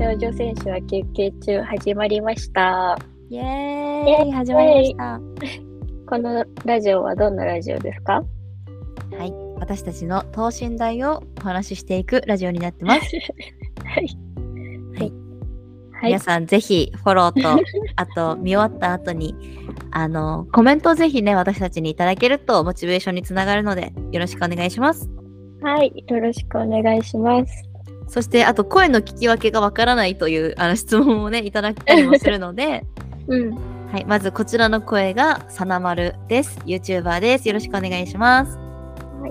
少女選手は休憩中始まりました。 イエーイ、始まりました。 このラジオはどんなラジオですか？ はい、私たちの等身大をお話ししていくラジオになってます。 はい。 はい。皆さんぜひフォローとあと見終わった後にコメントをぜひね私たちにいただけるとモチベーションにつながるのでよろしくお願いします。 はい、よろしくお願いします。 そしてあと声の聞き分けがわからないという質問をねいただいたりもするので、はい、まずこちらの声がさなまるです。 YouTuber です。よろしくお願いします。 はい、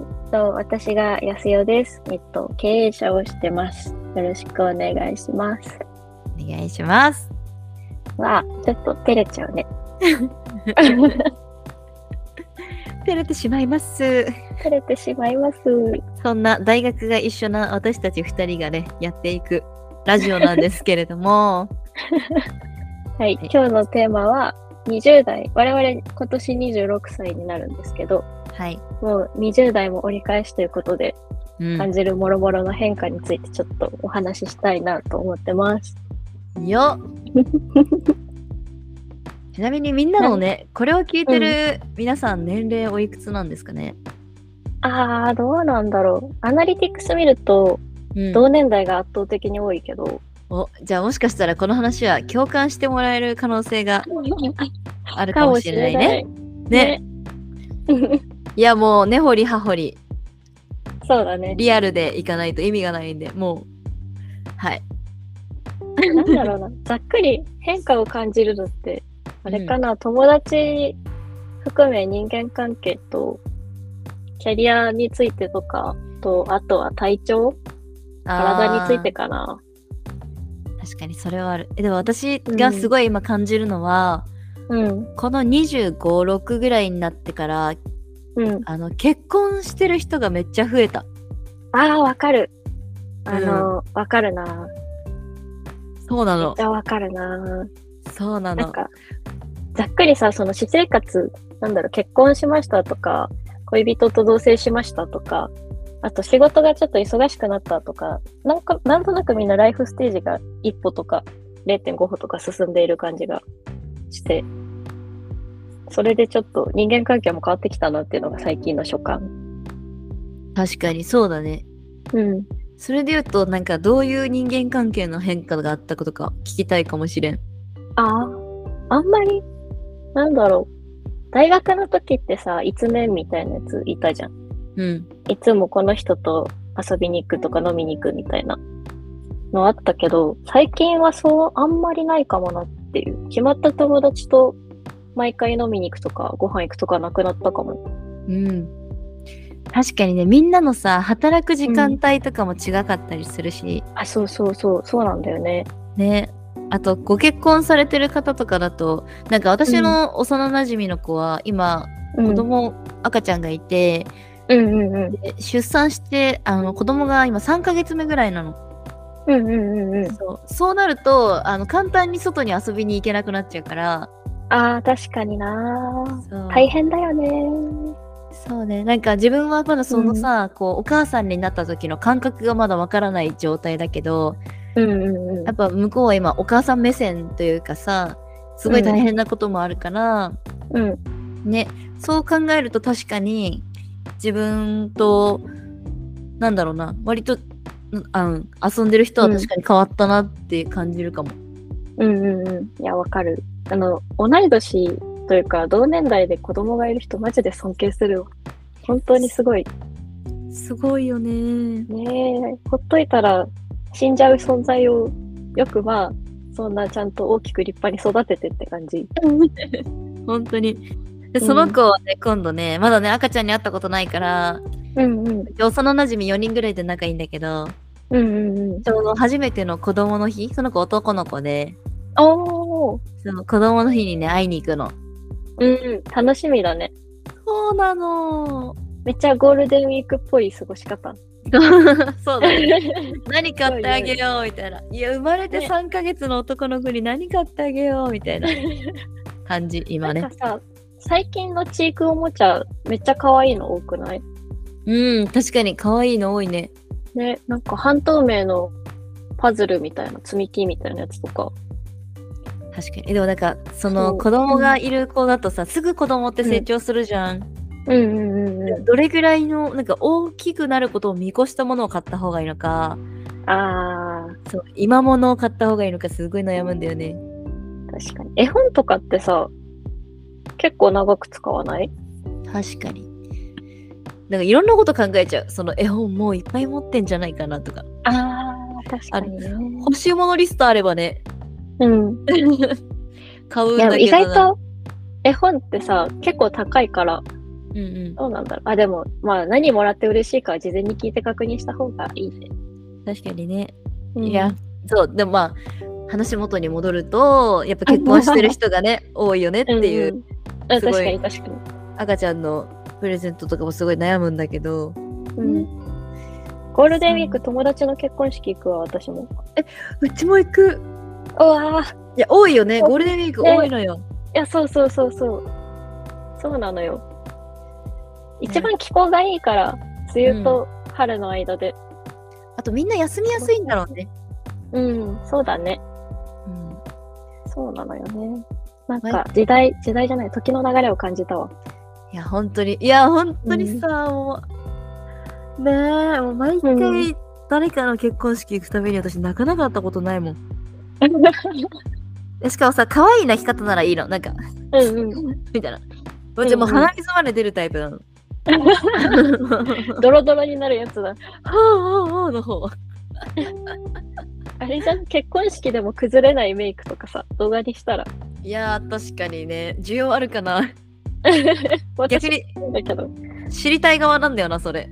私がやすよです。経営者をしてます。よろしくお願いします。 お願いします。 わあ、ちょっと照れちゃうね。 照れてしまいます。 照れてしまいます。 そんな大学が一緒な私たち2人がねやっていくラジオなんですけれどもはい、今日のテーマは20代、我々今年26歳になるんですけど、 はい、 もう20代も折り返しということで、感じるもろもろの変化についてちょっとお話ししたいなと思ってます。 よちなみにみんなのね、これを聞いてる皆さん、年齢おいくつなんですかね？ どうなんだろう。アナリティクス見ると、同年代が圧倒的に多いけど。 じゃあもしかしたらこの話は共感してもらえる可能性があるかもしれないね。ね。いやもう根掘り葉掘り。 そうだね。 リアルでいかないと意味がないんで、もうはい。 なんだろうな。ざっくり変化を感じるのって。あれかな、友達含め人間関係とキャリアについてとかと、あとは体調、体についてかな。 確かにそれはある。でも私がすごい今感じるのは、この25、6ぐらいになってから、結婚してる人がめっちゃ増えた。 わかる。わかるな。 そうなの。 めっちゃわかるな。 そうなの。 なんかざっくりさ、その私生活、結婚しましたとか、恋人と同棲しましたとか、あと仕事がちょっと忙しくなったとか、なんとなくみんなライフステージが1歩とか 0.5 歩とか進んでいる感じがして、それでちょっと人間関係も変わってきたなっていうのが最近の所感。 確かにそうだね。それで言うと、どういう人間関係の変化があったことか聞きたいかもしれん。 あんまりなんだろう。大学の時ってさ、いつめみたいなやついたじゃん。いつもこの人と遊びに行くとか飲みに行くみたいなのあったけど、最近はあんまりないかもなっていう。決まった友達と毎回飲みに行くとか、ご飯行くとかなくなったかも。 確かにね、みんなのさ、働く時間帯とかも違かったりするし。 そうなんだよね。 ね。あとご結婚されてる方とかだと私の幼馴染の子は今、子供赤ちゃんがいて、で出産して子供が今3ヶ月目ぐらいなの。そうなると簡単に外に遊びに行けなくなっちゃうから。 確かにな。大変だよね。 そうね。自分はまだそのさ、お母さんになった時の感覚がまだわからない状態だけど、やっぱ向こうは今お母さん目線というかさ、すごい大変なこともあるから、ね、そう考えると確かに自分と割と遊んでる人は確かに変わったなって感じるかも。 いや、わかる。同い年というか同年代で子供がいる人マジで尊敬するわ。本当にすごい。 すごいよね。 ほっといたら死んじゃう存在をよくそんなちゃんと大きく立派に育ててって感じ。 本当に。でその子はね、今度ね、まだね赤ちゃんに会ったことないから、幼馴染4人ぐらいで仲いいんだけど、ちょうど初めての子供の日、その子男の子で、その子供の日にね会いに行くの。 楽しみだね。 そうなの。 めっちゃゴールデンウィークっぽい過ごし方。 そうだね。何買ってあげようみたいな。いや、生まれて3ヶ月の男の子に何買ってあげようみたいな感じ、今ね。 最近のチークおもちゃめっちゃ可愛いの多くない？ 確かに可愛いの多いね。 半透明のパズルみたいな、積み木みたいなやつとか。 確かに。でもなんか、その子供がいる子だとさ、すぐ子供って成長するじゃん。どれぐらいの、なんか大きくなることを見越したものを買った方がいいのか、そう、今物を買った方がいいのか、すごい悩むんだよね。 確かに。絵本とかってさ、結構長く使わない？ 確かに。なんかいろんなこと考えちゃう。その絵本もういっぱい持ってんじゃないかなとか。 確かにね。 欲しいものリストあればね。買うんだけど。 意外と絵本ってさ、結構高いから、どうなんだろう。でも、まあ何もらって嬉しいかは事前に聞いて確認した方がいいね。 確かにね。いや、そう、でもまあ、話元に戻ると、やっぱ結婚してる人がね、多いよねっていう。 確かに。 赤ちゃんのプレゼントとかもすごい悩むんだけど。 ゴールデンウィーク友達の結婚式行くわ、私も。 うちも行く。いや、多いよね。ゴールデンウィーク多いのよ。 いや、そうなのよ。一番気候がいいから、梅雨と春の間で。 あとみんな休みやすいんだろうね。 そうだね。そうなのよね。なんか時代じゃない、時の流れを感じたわ。 いや、本当にさ、もう、ねえ、もう毎回誰かの結婚式行くたびに私泣かなかったことないもん。しかもさ、可愛い泣き方ならいいの。なんか、みたいな。うちも鼻水まで出るタイプなの。 ドロドロになるやつだ。 の方。 あれじゃん、結婚式でも崩れないメイクとかさ、動画にしたら。 いやー、確かにね、需要あるかな。逆に知りたい側なんだよな、それ。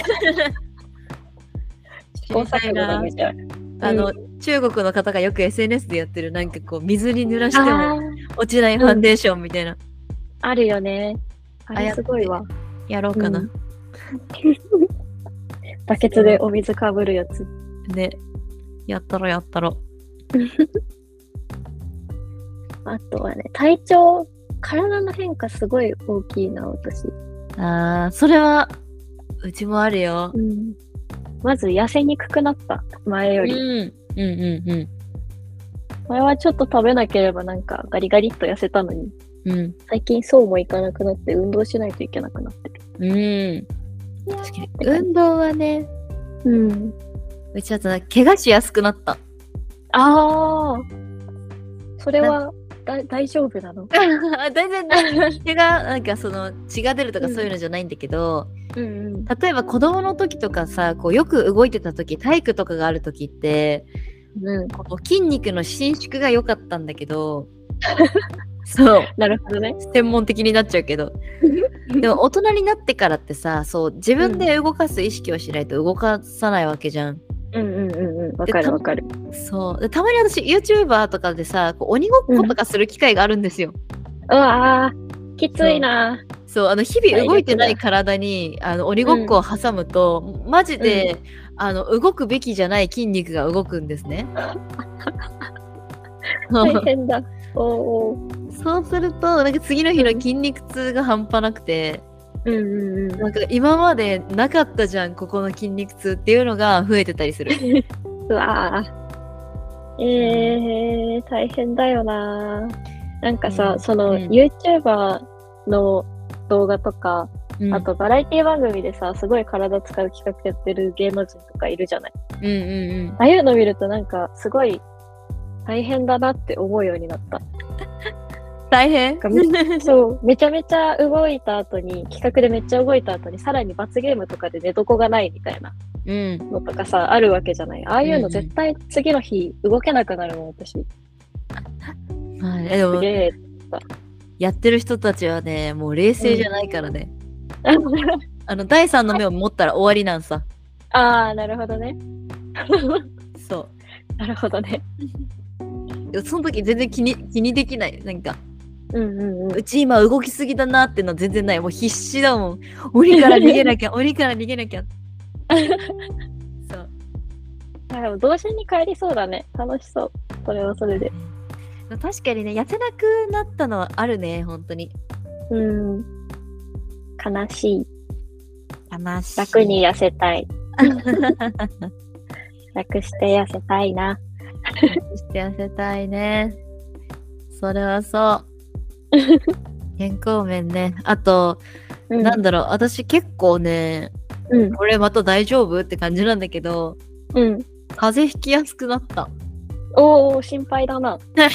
知りたいな。中国の方がよく SNS でやってる、なんかこう、水に濡らしても落ちないファンデーションみたいな。 あるよね。あれすごいわ。 やろうかな。 バケツでお水かぶるやつ。 ね。やったろ。 あとはね、体調、体の変化すごい大きいな、私。 それは、うちもあるよ。 まず痩せにくくなった、前より。前はちょっと食べなければなんかガリガリっと痩せたのに、最近そうもいかなくなって運動しないといけなくなってる。 確かに運動はね、うちは怪我しやすくなった。 それは大丈夫なの？ 全然怪我、なんかその血が出るとかそういうのじゃないんだけど、例えば子供の時とかさ、こうよく動いてた時、体育とかがある時って、こう筋肉の伸縮が良かったんだけど、そう。 なるほどね。 専門的になっちゃうけど。でも大人になってからってさ、そう自分で動かす意識をしないと動かさないわけじゃん。 わかる。 そう。でたまに私 YouTuber とかでさ、こう鬼ごっことかする機会があるんですよ。 きついな。 そう、日々動いてない体に鬼ごっこを挟むと、マジで、動くべきじゃない筋肉が動くんですね。 大変だ。 そうするとなんか次の日の筋肉痛が半端なくて、なんか今までなかったじゃん、ここの筋肉痛っていうのが増えてたりする。 うわー、大変だよな。なんかさ、その YouTuber の動画とか、あとバラエティ番組でさ、すごい体使う企画やってる芸能人とかいるじゃない。ああいうの見るとなんかすごい大変だなって思うようになった。 大変？ そう、めちゃめちゃ動いた後に、企画でめっちゃ動いた後に、さらに罰ゲームとかで寝床がないみたいなのとかさ、あるわけじゃない。ああいうの絶対次の日動けなくなるもん、私。 でもやってる人たちはね、もう冷静じゃないからね。第三の目を持ったら終わりなんさ。 なるほどね。 そう。 なるほどね。 その時全然気にできない。なんか、うち今動きすぎだなってのは全然ない。もう必死だもん。鬼から逃げなきゃ、鬼から逃げなきゃ。そう。 でも同時に帰りそうだね。楽しそう。それはそれで。 確かにね、痩せなくなったのはあるね、本当に。 悲しい。 悲しい。 楽に痩せたい。 楽して痩せたいな。 楽して痩せたいね。それはそう。健康面ね。あと、なんだろう、私結構ね、これまた大丈夫って感じなんだけど、風邪ひきやすくなった。 おー、心配だな。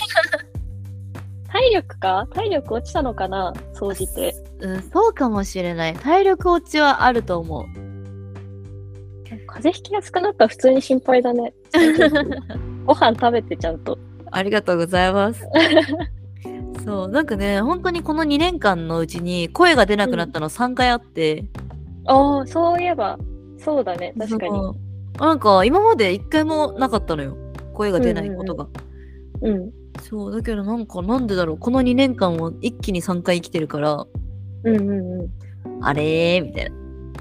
体力落ちたのかな、総じて。 そうかもしれない。体力落ちはあると思う。 風邪ひきやすくなったら普通に心配だね。ご飯食べてちゃんと。 ありがとうございます。そう、なんかね、本当にこの2年間のうちに声が出なくなったの3回あって。 ああ、そういえば、そうだね、確かに。 なんか今まで1回もなかったのよ。声が出ないことが。そう、だけどなんでだろう。この2年間を一気に3回来てるから。あれーみたいな。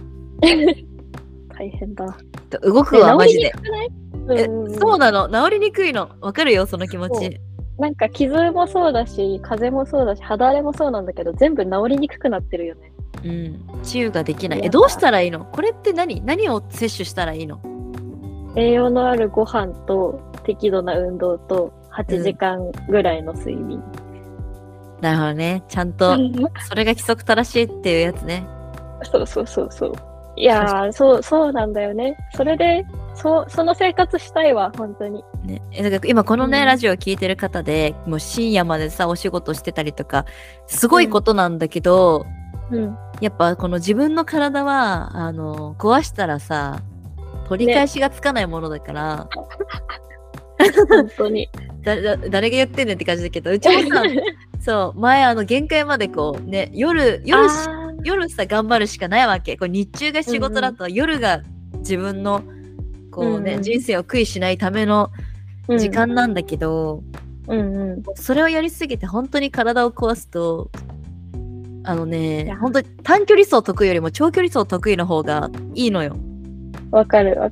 大変だ。 動くわ、マジで。 そうなの。治りにくいの。わかるよ、その気持ち。 なんか傷もそうだし、風邪もそうだし、肌荒れもそうなんだけど、全部治りにくくなってるよね。 治癒ができない。どうしたらいいの？これって何を摂取したらいいの？ 栄養のあるご飯と適度な運動と8時間ぐらいの睡眠。 なるほどね。ちゃんとそれが規則正しいっていうやつね。 そう。いやー、そうなんだよね。それでその生活したいわ、本当に。 ね、だから今このね、ラジオを聞いてる方でもう深夜までさお仕事してたりとかすごいことなんだけど、やっぱこの自分の体は壊したらさ取り返しがつかないものだから、 本当に誰が言ってんねんって感じだけど、うちもさそう前限界までこうね夜さ頑張るしかないわけ。こう日中が仕事だと、夜が自分のこうね、人生を悔いしないための時間なんだけど、それをやりすぎて本当に体を壊すと本当に短距離走得意よりも長距離走得意の方がいいのよ。 わかる。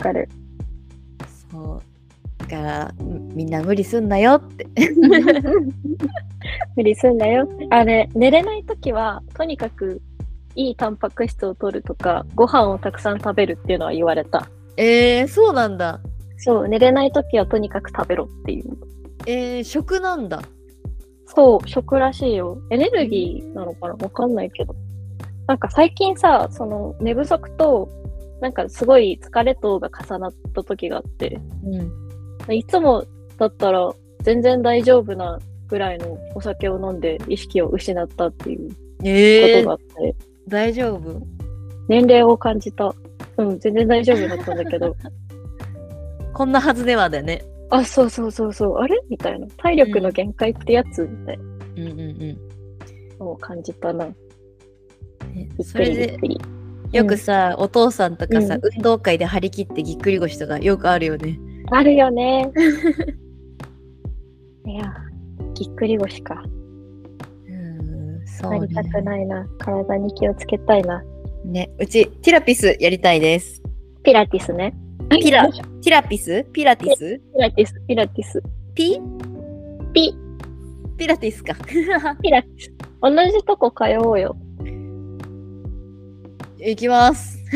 そうだからみんな無理すんなよって無理すんなよ。あれ、寝れないときはとにかくいいタンパク質を取るとかご飯をたくさん食べるっていうのは言われた。 そうなんだ。 そう、寝れないときはとにかく食べろっていう。 食なんだ。 そう、食らしいよ。エネルギーなのかな、わかんないけど。なんか最近さ、その寝不足となんかすごい疲れとが重なった時があって、いつもだったら全然大丈夫なぐらいのお酒を飲んで意識を失ったっていうことがあって、 大丈夫？ 年齢を感じた。全然大丈夫だったんだけどこんなはずではだよね。 あ、そうあれみたいな、体力の限界ってやつみたいなのを感じたな。 それでよくさ、お父さんとかさ、運動会で張り切ってぎっくり腰とかよくあるよね。 あるよねいや、ぎっくり腰か。 そうね。 なりたくないな。体に気をつけたいな。 ね、うちティラピスやりたいです。 ピラティスね。 ティラピスピラティスピラティス。 ピラティスか。 ピラティス。同じとこ通おうよ。 行きます。ち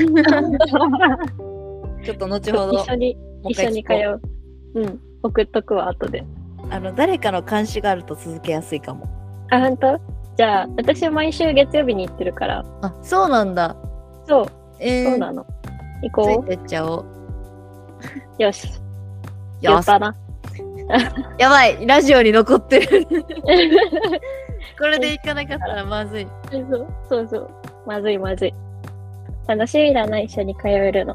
ょっと後ほど。 一緒に通う。送っとくわ、後で。 誰かの監視があると続けやすいかも。 あ、ほんと？じゃあ、私は毎週月曜日に行ってるから。 あ、そうなんだ。 そう。そうなの。行こう。ついてっちゃおう。 よし。やったな。 やばい、ラジオに残ってる。これで行かなかったらまずい。 そう。まずい。楽しみだな、一緒に通えるの。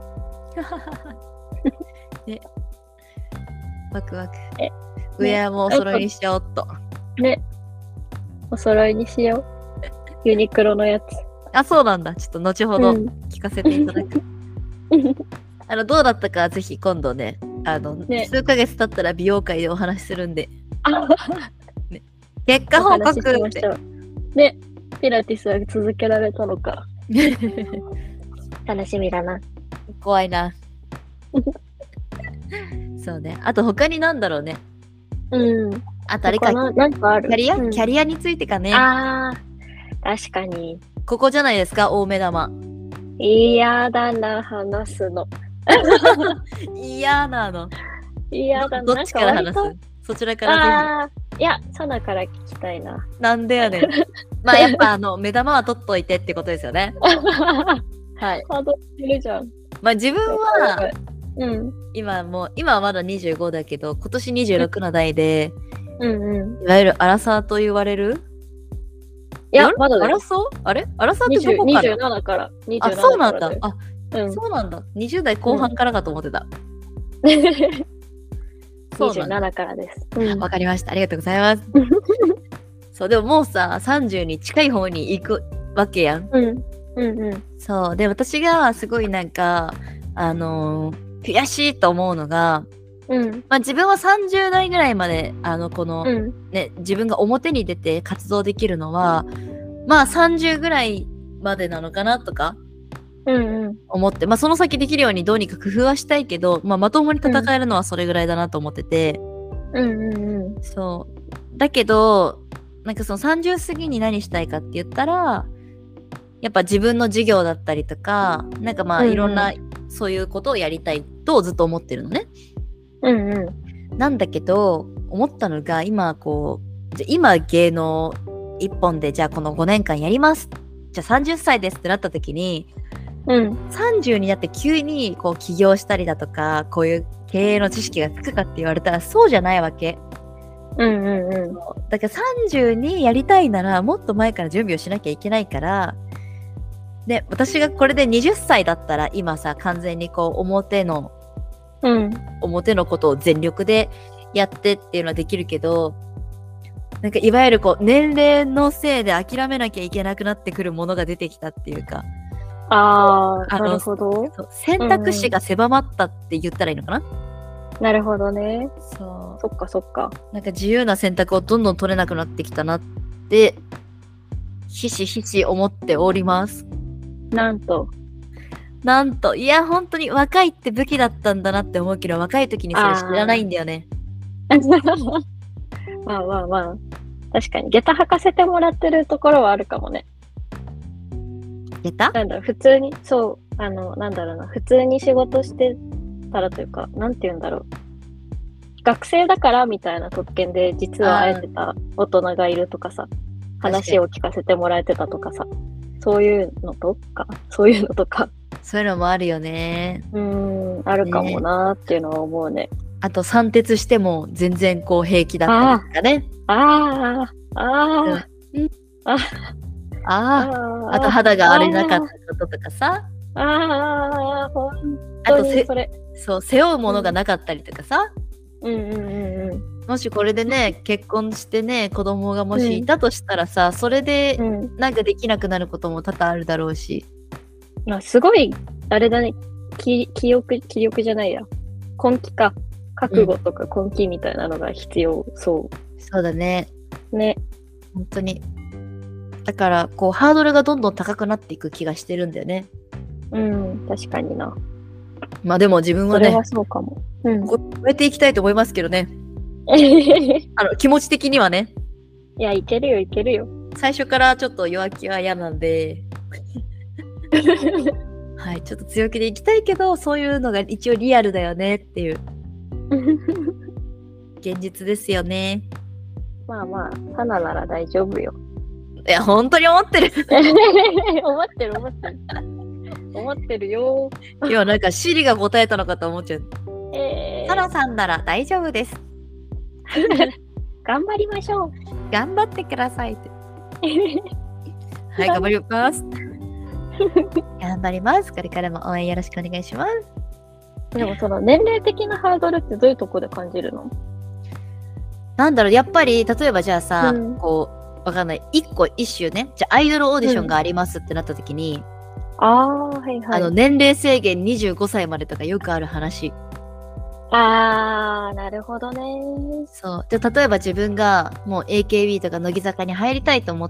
ね。ワクワク。ウェアもお揃いにしようっと。 ね。お揃いにしよう。ユニクロのやつ。 あ、そうなんだ。ちょっと後ほど聞かせていただく。どうだったかぜひ今度ね、数ヶ月経ったら美容界でお話しするんで。ね、結果報告って。 ね、ピラティスは続けられたのか。楽しみだな。 怖いな。そうね。あと他になんだろうね。あとあれか。 なんかある。 キャリアについてかね。 確かに。 ここじゃないですか、大目玉。 嫌だな、話すの。 嫌なの。 嫌だな。 どっちから話す？そちらからぜひ。いや、サナから聞きたいな。 なんでやねん。まあやっぱ目玉は取っといてってことですよね。はい。 ハードルるじゃん。 まあ自分は、今はまだ25だけど、今年26の代で、いわゆるアラサーと言われる？ いや、まだだよ。アラサーってどこから？ 27から。 あ、そうなんだ。そうなんだ。20代後半からかと思ってた。 27からです。 わかりました。ありがとうございます。そう、でももうさ、30に近い方に行くわけやん。そう。で、私がすごいなんか、悔しいと思うのが、まあ、自分は30代ぐらいまで自分が表に出て活動できるのはまあ30ぐらいまでなのかなとか思って、まあその先できるようにどうにか工夫はしたいけど、まともに戦えるのはそれぐらいだなと思ってて、そうだけどなんかその30過ぎに何したいかって言ったらやっぱ自分の事業だったりとかなんかまあいろんなそういうことをやりたいとずっと思ってるのね。なんだけど思ったのが今芸能一本でじゃあこの5年間やりますじゃあ30歳ですってなった時に、30になって急にこう起業したりだとかこういう経営の知識がつくかって言われたらそうじゃないわけ。だから30にやりたいならもっと前から準備をしなきゃいけないからで私がこれで20歳だったら今さ完全にこう表のことを全力でやってっていうのはできるけどなんかいわゆるこう年齢のせいで諦めなきゃいけなくなってくるものが出てきたっていうかなるほど選択肢が狭まったって言ったらいいのかな、 なるほどね。 そっかなんか自由な選択をどんどん取れなくなってきたなってひしひし思っております。なんといや本当に若いって武器だったんだなって思うけど若い時にそれ知らないんだよね。 まあ確かに下駄履かせてもらってるところはあるかもね。 下駄？ 普通に普通に仕事してたらというかなんて言うんだろう学生だからみたいな特権で実は会えてた大人がいるとかさ話を聞かせてもらえてたとかさそういうのとかそういうのもあるよね。 あるかもなーっていうのは思うね。 あと三徹しても全然こう平気だったりとかね。あと肌が荒れなかったこととかさ。 本当にそれ。 そう背負うものがなかったりとかさ。もしこれでね結婚してね子供がもしいたとしたらさ、それでなんかできなくなることも多々あるだろうし。 すごいあれだね気力じゃないや根気か覚悟とか根気みたいなのが必要そうだね本当にだからこうハードルがどんどん高くなっていく気がしてるんだよね。 確かにな。 まあでも自分はねそれはそうかも、 超えていきたいと思いますけどね。気持ち的にはね。 いやいけるよ。 最初からちょっと弱気は嫌なんではいちょっと強気でいきたいけどそういうのが一応リアルだよねっていう現実ですよね。 まあ花なら大丈夫よ。 いや本当に思ってる思ってるよ。 今なんかシリが答えたのかと思っちゃう。花さんなら大丈夫です頑張りましょう。 頑張ってくださいってはい頑張ります頑張ります。これからも応援よろしくお願いします。 でもその年齢的なハードルってどういうところで感じるの？ なんだろうやっぱり例えばじゃあさ、こうわかんない一周ねじゃあアイドルオーディションがありますってなった時に、年齢制限25歳までとかよくある話。 なるほどね。 そうじゃあ例えば自分がもう AKB とか乃木坂に入りたいと思って、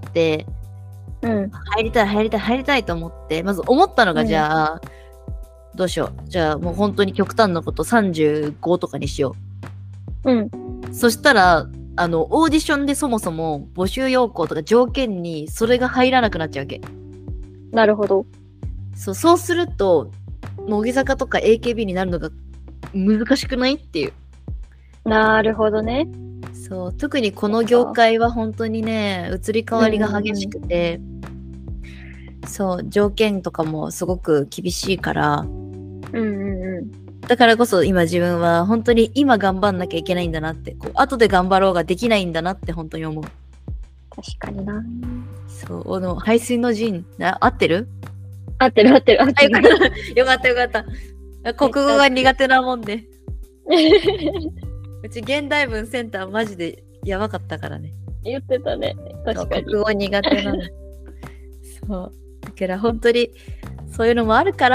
入りたいと思ってまず思ったのが、じゃあどうしようじゃあもう本当に極端なこと35とかにしよう。そしたらオーディションでそもそも募集要項とか条件にそれが入らなくなっちゃうわけ。 なるほど。 そうすると乃木坂とか AKB になるのが難しくないっていう。 なるほどね。 そう、特にこの業界は本当にね、移り変わりが激しくて、そう、条件とかもすごく厳しいから、だからこそ今自分は本当に今頑張んなきゃいけないんだなって、こう後で頑張ろうができないんだなって本当に思う。 確かにな。 そう、排水の陣、合ってる？ 合ってる。 よかったよかった。国語が苦手なもんで。うち現代文センターマジでやばかったからね。 言ってたね。確かに。 国語苦手なの。そう。だから本当にそういうのもあるから、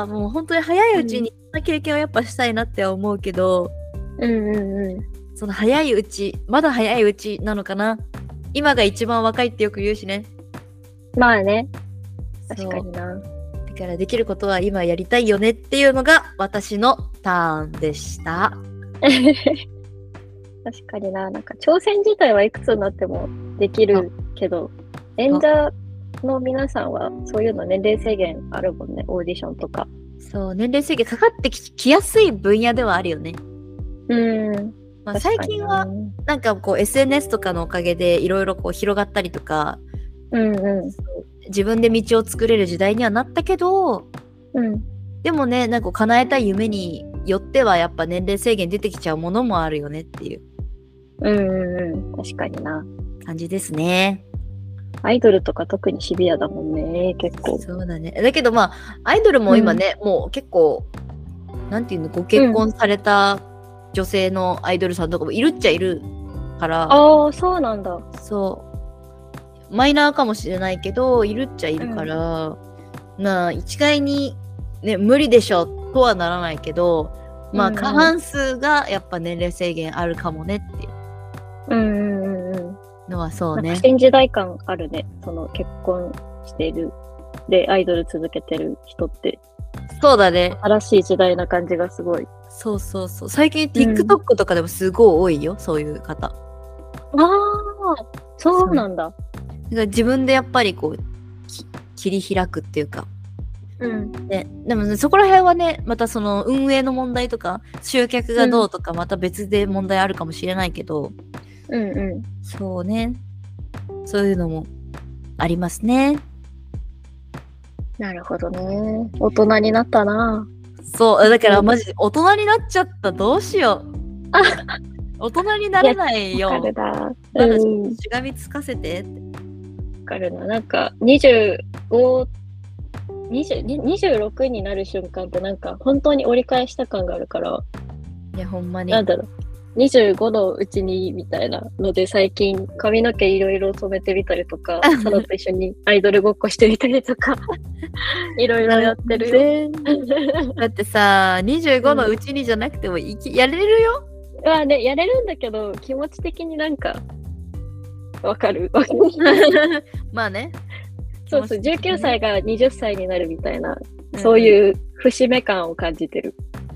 もう本当に早いうちにそんな経験をやっぱしたいなって思うけど、その早いうち、まだ早いうちなのかな。今が一番若いってよく言うしね。 まあね。確かにな。 だからできることは今やりたいよねっていうのが私のターンでした。 確かにな。なんか挑戦自体はいくつになってもできるけど、演者の皆さんはそういうの年齢制限あるもんね。オーディションとか。 そう、年齢制限かかってきやすい分野ではあるよね。まあ、最近はなんかこう SNS とかのおかげでいろいろこう広がったりとか、自分で道を作れる時代にはなったけど、でもね、なんか叶えたい夢によってはやっぱ年齢制限出てきちゃうものもあるよねっていう。 確かにな。 感じですね。 アイドルとか特にシビアだもんね、結構。 そうだね。だけどまあアイドルも今ね、もう結構なんていうの、ご結婚された女性のアイドルさんとかもいるっちゃいるから。 ああ、そうなんだ。 そう。マイナーかもしれないけど、いるっちゃいるから、まあ一概にね無理でしょとはならないけど、まあ過半数がやっぱ年齢制限あるかもねっていう。のはそうね。 新時代感あるね。その結婚してるでアイドル続けてる人って。 そうだね。 新しい時代な感じがすごい。 そう。最近 TikTok とかでもすごい多いよ、そういう方。 ああ、そうなんだ。 だから自分でやっぱりこう切り開くっていうか。でもね、そこら辺はね、またその運営の問題とか集客がどうとかまた別で問題あるかもしれないけど、そうね、そういうのもありますね。 なるほどね。大人になったな。 そうだからマジで大人になっちゃった、どうしよう。大人になれないよ。 わかるな。 まだしがみつかせてって。 わかるな。なんか26になる瞬間ってなんか本当に折り返した感があるから。 いやほんまに。 なんだろう。25のうちにみたいなので最近髪の毛いろいろ染めてみたりとか、サラと一緒にアイドルごっこしてみたりとかいろいろやってるよ。 だってさ、25のうちにじゃなくてもやれるよ。 まあね、やれるんだけど気持ち的になんかわかるまあね。 そう19歳が20歳になるみたいな、そういう節目感を感じてる。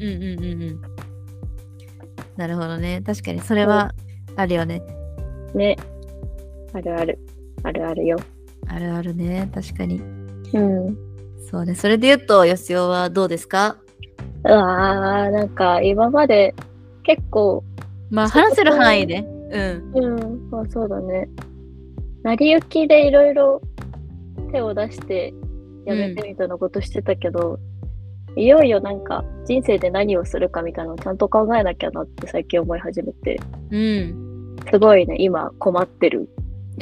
なるほどね。確かにそれはあるよね。 ね。あるよ。 あるあるね。確かに。そうね。それで言うと、よしおはどうですか？ なんか今まで結構まあ話せる範囲で。 まあそうだね。成り行きでいろいろ手を出してやめてみたいなことしてたけど、いよいよなんか人生で何をするかみたいなのをちゃんと考えなきゃなって最近思い始めて、すごいね今困ってる。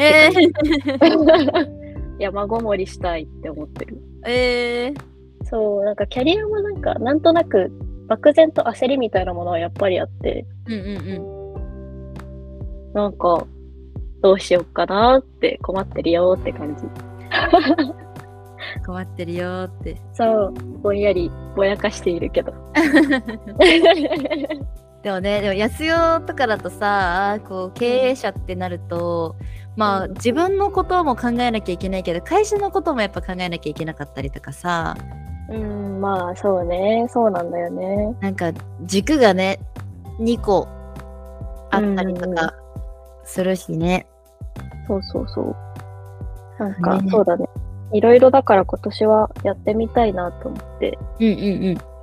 山ごもりしたいって思ってる。そうなんかキャリアもなんとなく漠然と焦りみたいなものはやっぱりあって、なんかどうしようかなって困ってるよって感じ。 困ってるよって。 そうぼんやりぼやかしているけど。 でも安代とかだとさ、こう経営者ってなると、まあ自分のことも考えなきゃいけないけど会社のこともやっぱ考えなきゃいけなかったりとかさ。 まあそうね、そうなんだよね。 なんか軸がね2個あったりとかするしね。 そう。なんか、そうだね。いろいろだから今年はやってみたいなと思って。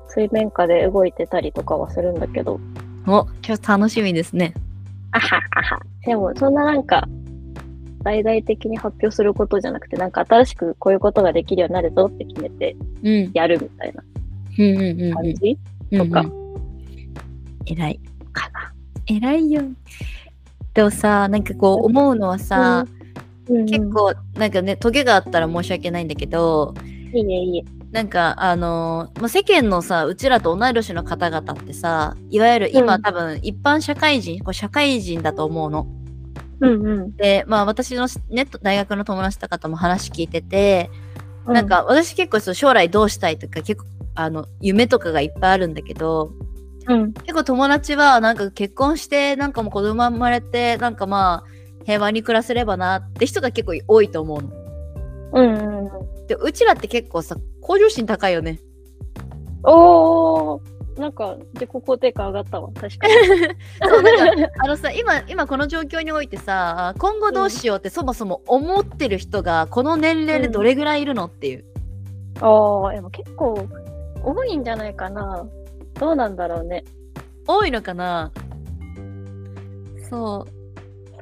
水面下で動いてたりとかはするんだけど。 今日楽しみですね。 あはあは。でもそんななんか大々的に発表することじゃなくて、なんか新しくこういうことができるようになるぞって決めてやるみたいな感じとか。 偉いかな。偉いよ。でもさ、なんかこう思うのはさ、結構なんかね、トゲがあったら申し訳ないんだけど、 いいねいいね。 なんか世間のさ、うちらと同い年の方々ってさ、いわゆる今、多分一般社会人、社会人だと思うの。で、私のね、大学の友達とかとも話聞いてて、なんか私結構将来どうしたいとか結構夢とかがいっぱいあるんだけど、結構友達はなんか結婚してなんかもう子供生まれてなんか平和に暮らせればなって人が結構多いと思うの。でうちらって結構さ向上心高いよね。 なんか自己肯定感上がったわ。確かに。 そうなんかさ今この状況においてさ、今後どうしようってそもそも思ってる人がこの年齢でどれぐらいいるのっていう。 でも結構多いんじゃないかな。どうなんだろうね。 多いのかな。そう。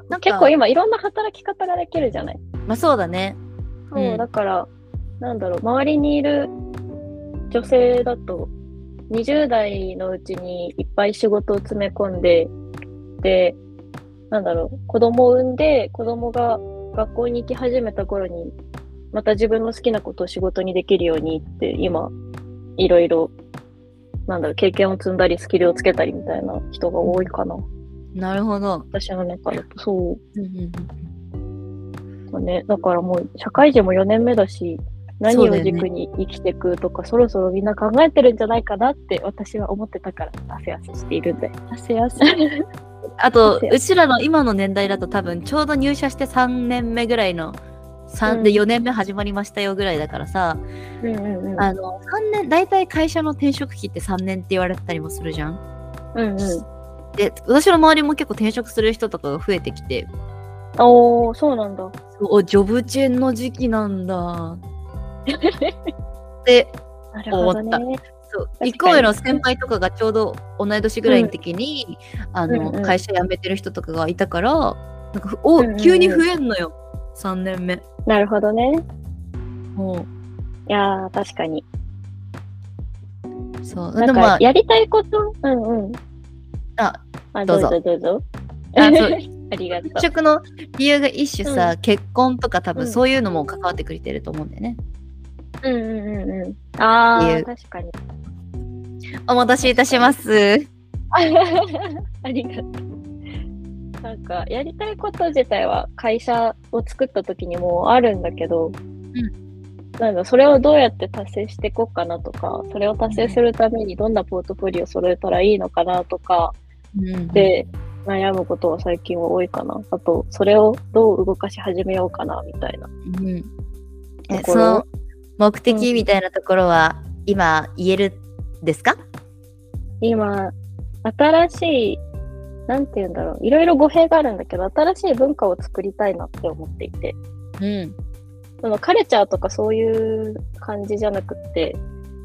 なんか結構今いろんな働き方ができるじゃない。 そうだね。 そう、だからなんだろう、周りにいる女性だと20代のうちにいっぱい仕事を詰め込んで、で、なんだろう、子供を産んで、子供が学校に行き始めた頃に、また自分の好きなことを仕事にできるようにって、今、いろいろ、なんだろう、経験を積んだり、スキルをつけたりみたいな人が多いかな。 なるほど。 私の中だと、そう。だからもう、社会人も4年目だし、何を軸に生きていくとか、そろそろみんな考えてるんじゃないかなって私は思ってたから、汗汗しているんだよ。 汗汗。あと、うちらの今の年代だと多分、ちょうど入社して3年目ぐらいの、で4年目始まりましたよぐらいだからさ、3年、大体会社の転職期って3年って言われたりもするじゃん。で、私の周りも結構転職する人とかが増えてきて。 そうなんだ。 ジョブチェンの時期なんだ。で思った。そう1個上の先輩とかがちょうど同い年ぐらいの時に、会社辞めてる人とかがいたからなんか急に増えんのよ、3年目。 なるほどね。いやー確かに。 そうなんかやりたいことどうぞどうぞ。そうありがとう。 転職の理由が一種さ、結婚とか多分そういうのも関わってくれてると思うんだよね。 確かに。 お待たせいたします。 ありがとう。なんかやりたいこと自体は会社を作った時にもあるんだけど、なんだそれをどうやって達成していこうかなとか、それを達成するためにどんなポートフォリオを揃えたらいいのかなとか、で悩むことは最近は多いかな。あとそれをどう動かし始めようかなみたいな。 その目的みたいなところは今言えるんですか？ 今新しいなんて言うんだろう、いろいろ語弊があるんだけど、新しい文化を作りたいなって思っていて、そのカルチャーとかそういう感じじゃなくって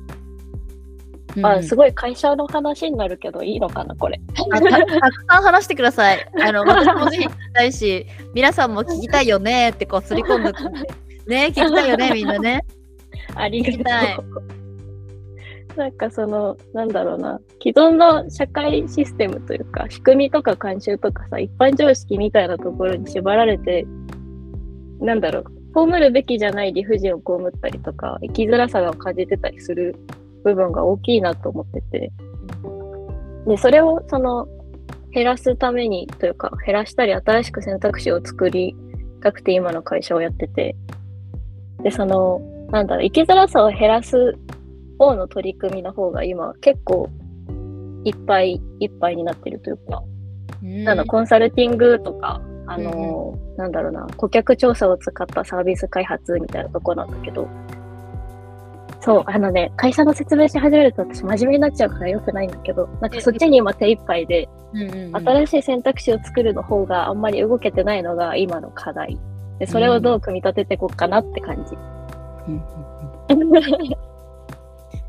すごい会社の話になるけどいいのかなこれ。 たくさん話してください。私もぜひ聞きたいし、皆さんも聞きたいよねってこうすり込んでね、聞きたいよねみんなね。 ありがとう。なんかなんだろうな、既存の社会システムというか仕組みとか慣習とかさ、一般常識みたいなところに縛られて、なんだろう、被るべきじゃない理不尽を被ったりとか生きづらさを感じてたりする部分が大きいなと思ってて、でそれを減らすためにというか、減らしたり新しく選択肢を作りたくて今の会社をやってて、でなんだろう、生きづらさを減らす方の取り組みの方が今結構いっぱいいっぱいになってるというか、コンサルティングとかなんだろうな、顧客調査を使ったサービス開発みたいなとこなんだけど、そう会社の説明し始めると私真面目になっちゃうから良くないんだけど、なんかそっちに今手一杯で、新しい選択肢を作るの方があんまり動けてないのが今の課題で、それをどう組み立てていこうかなって感じ。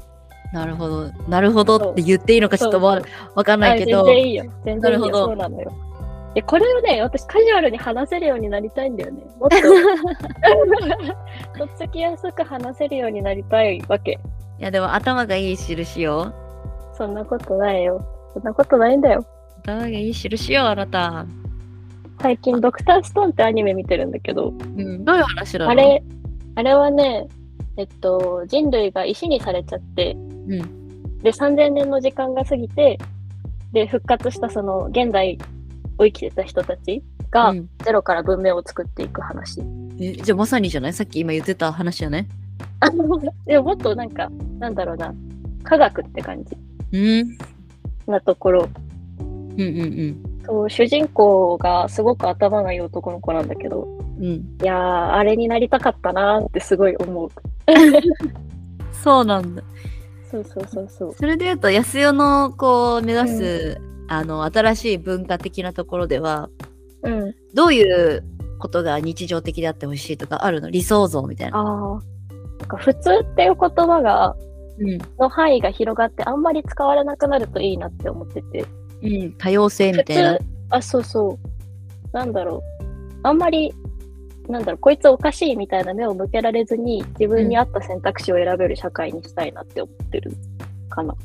なるほど。なるほどって言っていいのかちょっとわかんないけど。 全然いいよ。全然いいよ。そうなのよ。これをね、私カジュアルに話せるようになりたいんだよね。もっととっつきやすく話せるようになりたいわけ。 いやでも頭がいい印よ。 そんなことないよ。そんなことないんだよ。 頭がいい印よ、あなた。 最近ドクターストーンってアニメ見てるんだけど、 どういう話なの？ あれはね、人類が石にされちゃって、で3000年の時間が過ぎて、で復活したその現代を生きてた人たちがゼロから文明を作っていく話。 じゃあまさにじゃない？さっき今言ってた話じゃない？ でももっとなんかなんだろうな、科学って感じなところ。そう、主人公がすごく頭がいい男の子なんだけど、いやー、あれになりたかったなーってすごい思う。 そうなんだ。 そう。 それで言うと安代のこう目指す、新しい文化的なところでは、どういうことが日常的であってほしいとかあるの？理想像みたいな。 なんか普通っていう言葉が、の範囲が広がってあんまり使われなくなるといいなって思ってて。 多様性みたいな。 そう。なんだろう。あんまり、こいつおかしいみたいな目を向けられずに、自分に合った選択肢を選べる社会にしたいなって思ってるかな。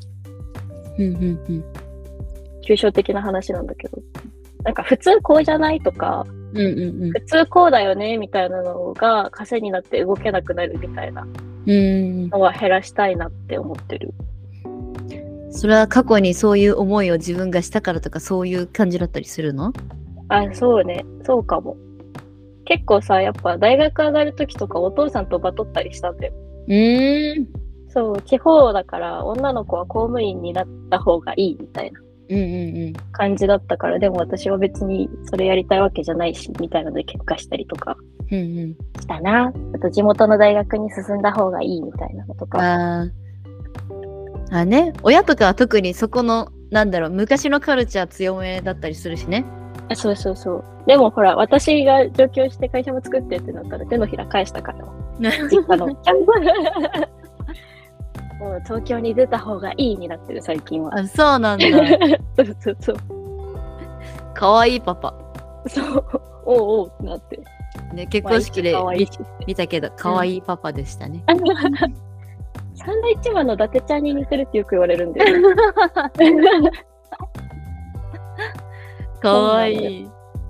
抽象的な話なんだけど。なんか普通こうじゃないとか、普通こうだよねみたいなのが枷になって動けなくなるみたいなのは減らしたいなって思ってる。 それは過去にそういう思いを自分がしたからとかそういう感じだったりするの？ そうね。そうかも。結構さ、やっぱ大学上がるときとかお父さんとバトったりしたんだよ。そう、地方だから女の子は公務員になった方がいいみたいな感じだったから、でも私は別にそれやりたいわけじゃないし、みたいなので喧嘩したりとかしたな。あと地元の大学に進んだ方がいいみたいなのとか。 ね、親とかは特にそこの昔のカルチャー強めだったりするしね。 そう。でもほら、私が上京して会社も作ってってなったら手のひら返したから実家のもう東京に出た方がいいになってる最近は。 そうなんだ。 そうかわいいパパ。 そうおうってなってね、結婚式で見たけどかわいいパパでしたね。 サンドイッチマンの伊達ちゃんに似てるってよく言われるんだよね。 かわいい。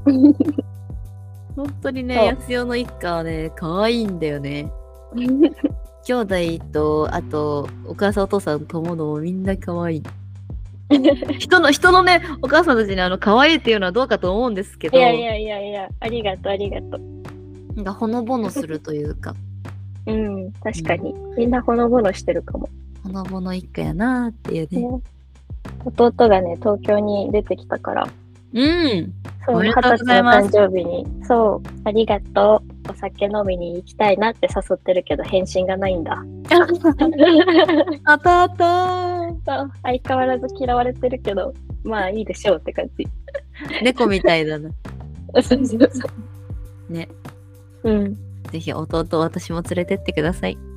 本当にね、安代の一家はね、かわいいんだよね。兄弟と、あと、お母さんお父さんとものみんなかわいい。人のね、お母さんたちにかわいいっていうのはどうかと思うんですけど。 いや、ありがとう。 なんかほのぼのするというか。 確かに。みんなほのぼのしてるかも。 ほのぼの一家やなーっていうね。 弟がね、東京に出てきたから。そう、20歳の誕生日に、そう、ありがとう。お酒飲みに行きたいなって誘ってるけど、返信がないんだ。 あったー。 そう、相変わらず嫌われてるけど、まあいいでしょうって感じ。 猫みたいだな。 そう。 ね。ぜひ弟私も連れてってください。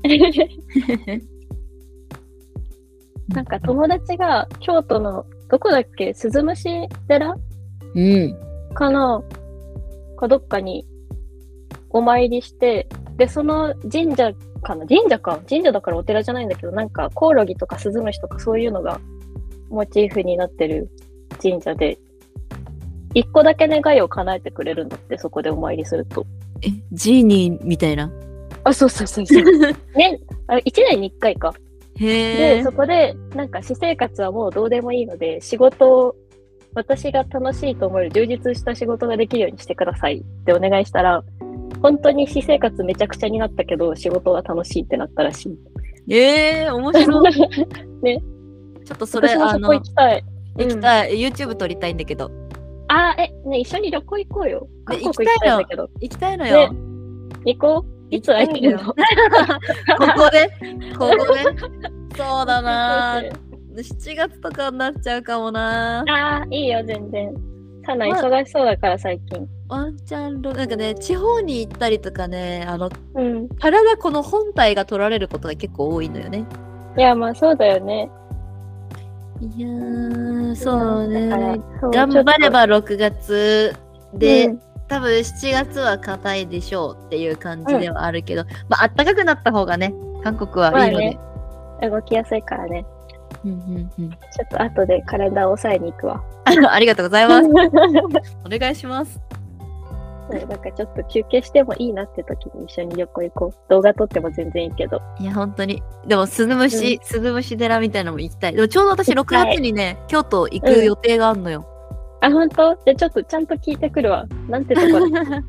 なんか友達が京都のどこだっけ、鈴虫寺かなかどっかにお参りして、でその神社だからお寺じゃないんだけど、なんかコオロギとかスズムシとかそういうのがモチーフになってる神社で、一個だけ願いを叶えてくれるんだって、そこでお参りすると。 ジーニーみたいな。 そう。ね、1年に1回か。で、そこで、なんか私生活はもうどうでもいいので、私が楽しいと思える充実した仕事ができるようにしてくださいってお願いしたら、本当に私生活めちゃくちゃになったけど、仕事は楽しいってなったらしい。 面白い。 ね。 ちょっとそれ、 そこ行きたい。 YouTube 撮りたいんだけど。 ね、一緒に旅行行こうよ。 行きたいのよ。 行こう。いつ空いてるの？ここでそうだな。7月とかになっちゃうかもな。 いいよ、全然。サナ忙しそうだから最近。 ワンチャンなんかね、地方に行ったりとかね、体この本体が取られることが結構多いのよね。 いや、まあそうだよね。 いやー、そうね。 そう頑張れば6月で、 うん、 多分7月は硬いでしょうっていう感じではあるけど、まあ暖かくなった方がね、韓国はいいので。 まあね、動きやすいからね。 うんうんうん、 ちょっと後でカレンダーを押さえに行くわ。 ありがとうございます。お願いします。 なんかちょっと休憩してもいいなって時に一緒に旅行行こう。動画撮っても全然いいけど。 いや、本当に。でも、スズムシ寺みたいなのも行きたい。でも、ちょうど私6月にね、京都行く予定があるのよ。 あ、本当？じゃあちょっとちゃんと聞いてくるわ。なんてとこだ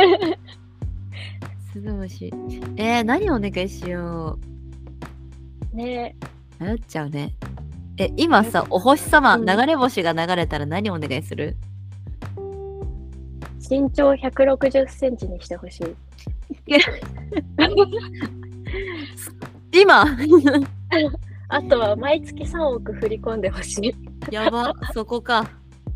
スズムシ。何お願いしよう。ねえ。迷っちゃうね。今さ、お星様、流れ星が流れたら何お願いする？ 身長160センチにしてほしい。 今あとは毎月3億振り込んでほしい。 やば、そこか。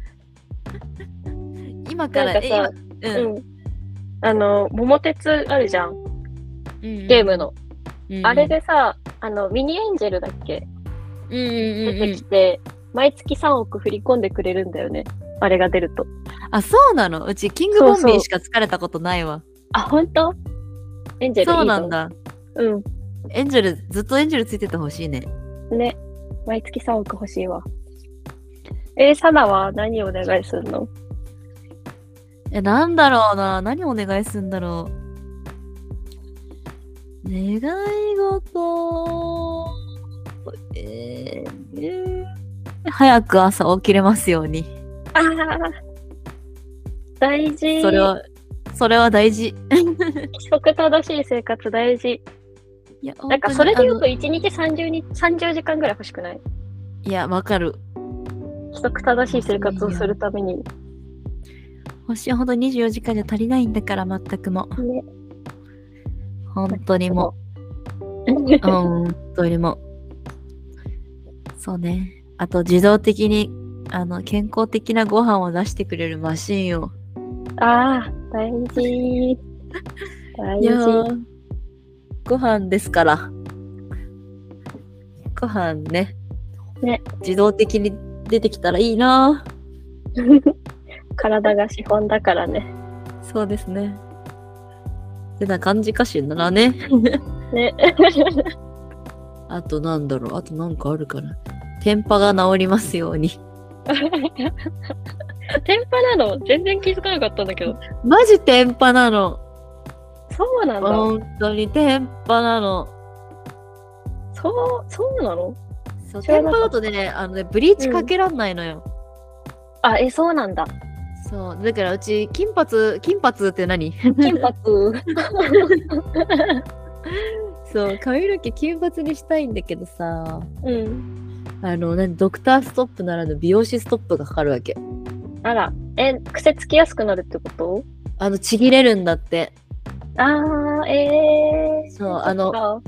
今から、 なんかさ、桃鉄あるじゃん。ゲームの。あれでさ、ミニエンジェルだっけ？出てきて、毎月3億振り込んでくれるんだよね。あれが出ると。 あ、そうなの？うちキングボンビーしか疲れたことないわ。 あ、本当？エンジェルいいぞ。 そうなんだ。 うん。 エンジェル、ずっとエンジェルついててほしいね。 ね。毎月3億欲しいわ。サナは何お願いするの？ なんだろうな。何お願いするんだろう。願い事。早く朝起きれますように。 ああ、大事。 それは大事。 規則正しい生活大事。 いや、 なんかそれで言うと1日30時間ぐらい欲しくない？ いや、わかる。 規則正しい生活をするために。 星ほど24時間じゃ足りないんだから、全くも。 ね、 本当にも。本当にも。そうね。あと、自動的に、健康的なご飯を出してくれるマシンを。 ああ、大事。大事。 ご飯ですから。ご飯ね。自動的に出てきたらいいな。 体が資本だからね。 そうですね。ってな感じかしらね。 ね。 あとなんだろう。あとなんかあるかな。天パが治りますように。 天パなの？全然気づかなかったんだけど。 マジ天パなの。 そうなんだ。 本当に天パなの。 そうなの？ そう、天パだとね、ブリーチかけらんないのよ。 あ、そうなんだ。 そう、だからうち金髪って何？ 金髪。 そう、髪の毛金髪にしたいんだけどさ、 うん。 ドクターストップならぬ美容師ストップがかかるわけ。 あら、癖つきやすくなるってこと？ ちぎれるんだって。 ああ、 そう、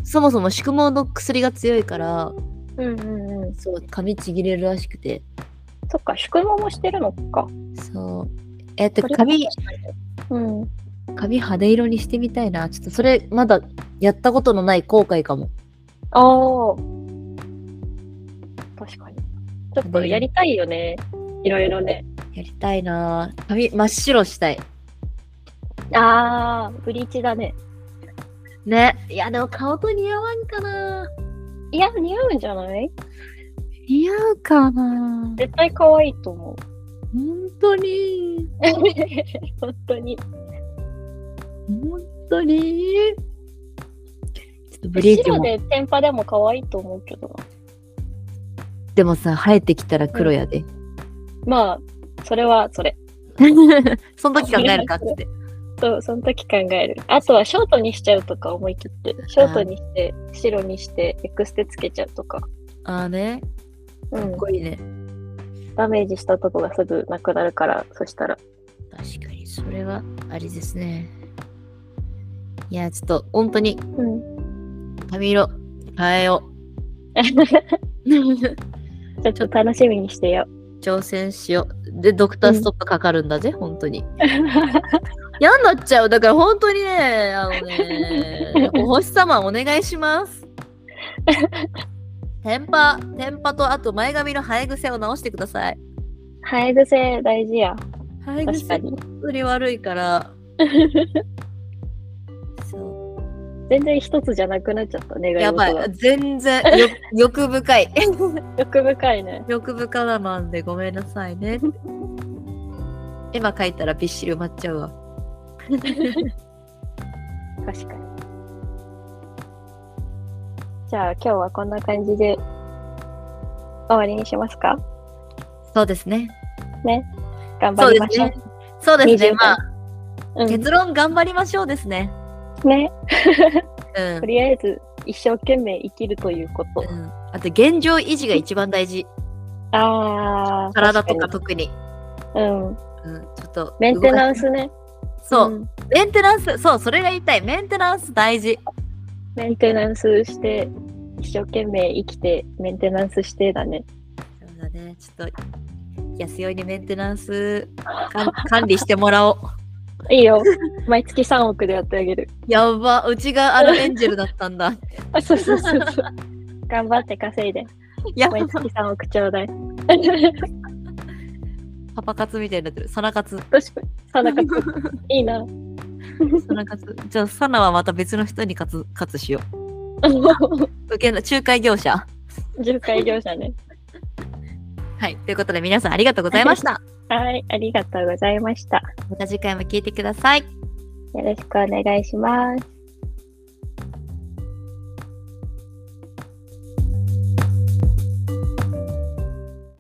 そもそも宿毛の薬が強いから、そう、髪ちぎれるらしくて。 そっか、宿毛もしてるのか。 そう。髪派手色にしてみたいな。ちょっとそれまだやったことのない後悔かも。 ああ。確かに。ちょっとやりたいよね。いろいろね。 やりたいな。髪真っ白したい。 ああ、ブリーチだね。 ね。いや、でも顔と似合わんかな。 いや、似合うんじゃない？ 似合うかな。 絶対可愛いと思う。 本当に。 本当に。 本当に。ちょっとブリーチも。 白で天パでも可愛いと思うけどな。 でもさ、生えてきたら黒やで。 まあ、それはそれ。 その時考えるかって。 そう、その時考える。あとはショートにしちゃうとか思い切って。ショートにして、白にして、エクステつけちゃうとか。 ああね。かっこいいね。 ダメージしたとこがすぐなくなるから、そしたら。 確かに、それはありですね。いや、ちょっと、本当に、髪色変えよう。 ちょっと楽しみにしてよ。 挑戦しよう。で、ドクターストップかかるんだぜ、本当に。嫌になっちゃう。だから本当にね、お星様お願いします。 テンパとあと前髪の生え癖を直してください。 生え癖大事や。 生え癖本当に悪いから。そう。 全然一つじゃなくなっちゃったね。 やばい。全然欲深い。 欲深いね。 欲深なマンでごめんなさいね。絵馬描いたらびっしり埋まっちゃうわ。 確かに。じゃあ今日はこんな感じで終わりにしますか？ そうですね。 ね。頑張りましょう。 そうですね。まあ、 結論頑張りましょうですね。 ね。とりあえず一生懸命生きるということ。 あと現状維持が一番大事。体とか特に。ちょっとメンテナンスね。 そう。メンテナンス、そう、それが言いたい。メンテナンス大事。 メンテナンスして、一生懸命生きて、メンテナンスしてだね。 そうだね。ちょっと、安代にメンテナンス管理してもらおう。 いいよ。毎月3億でやってあげる。 やば、うちがエンジェルだったんだ。 そう。頑張って稼いで。毎月3億ちょうだい。 パパ活みたいになってる。サナ活。 確かに。サナ活。いいな。 サナ活。じゃあ、サナはまた別の人に活しよう。仲介業者。 仲介業者ね。 はい。ということで、皆さんありがとうございました。 はい。ありがとうございました。 また次回も聞いてください。よろしくお願いします。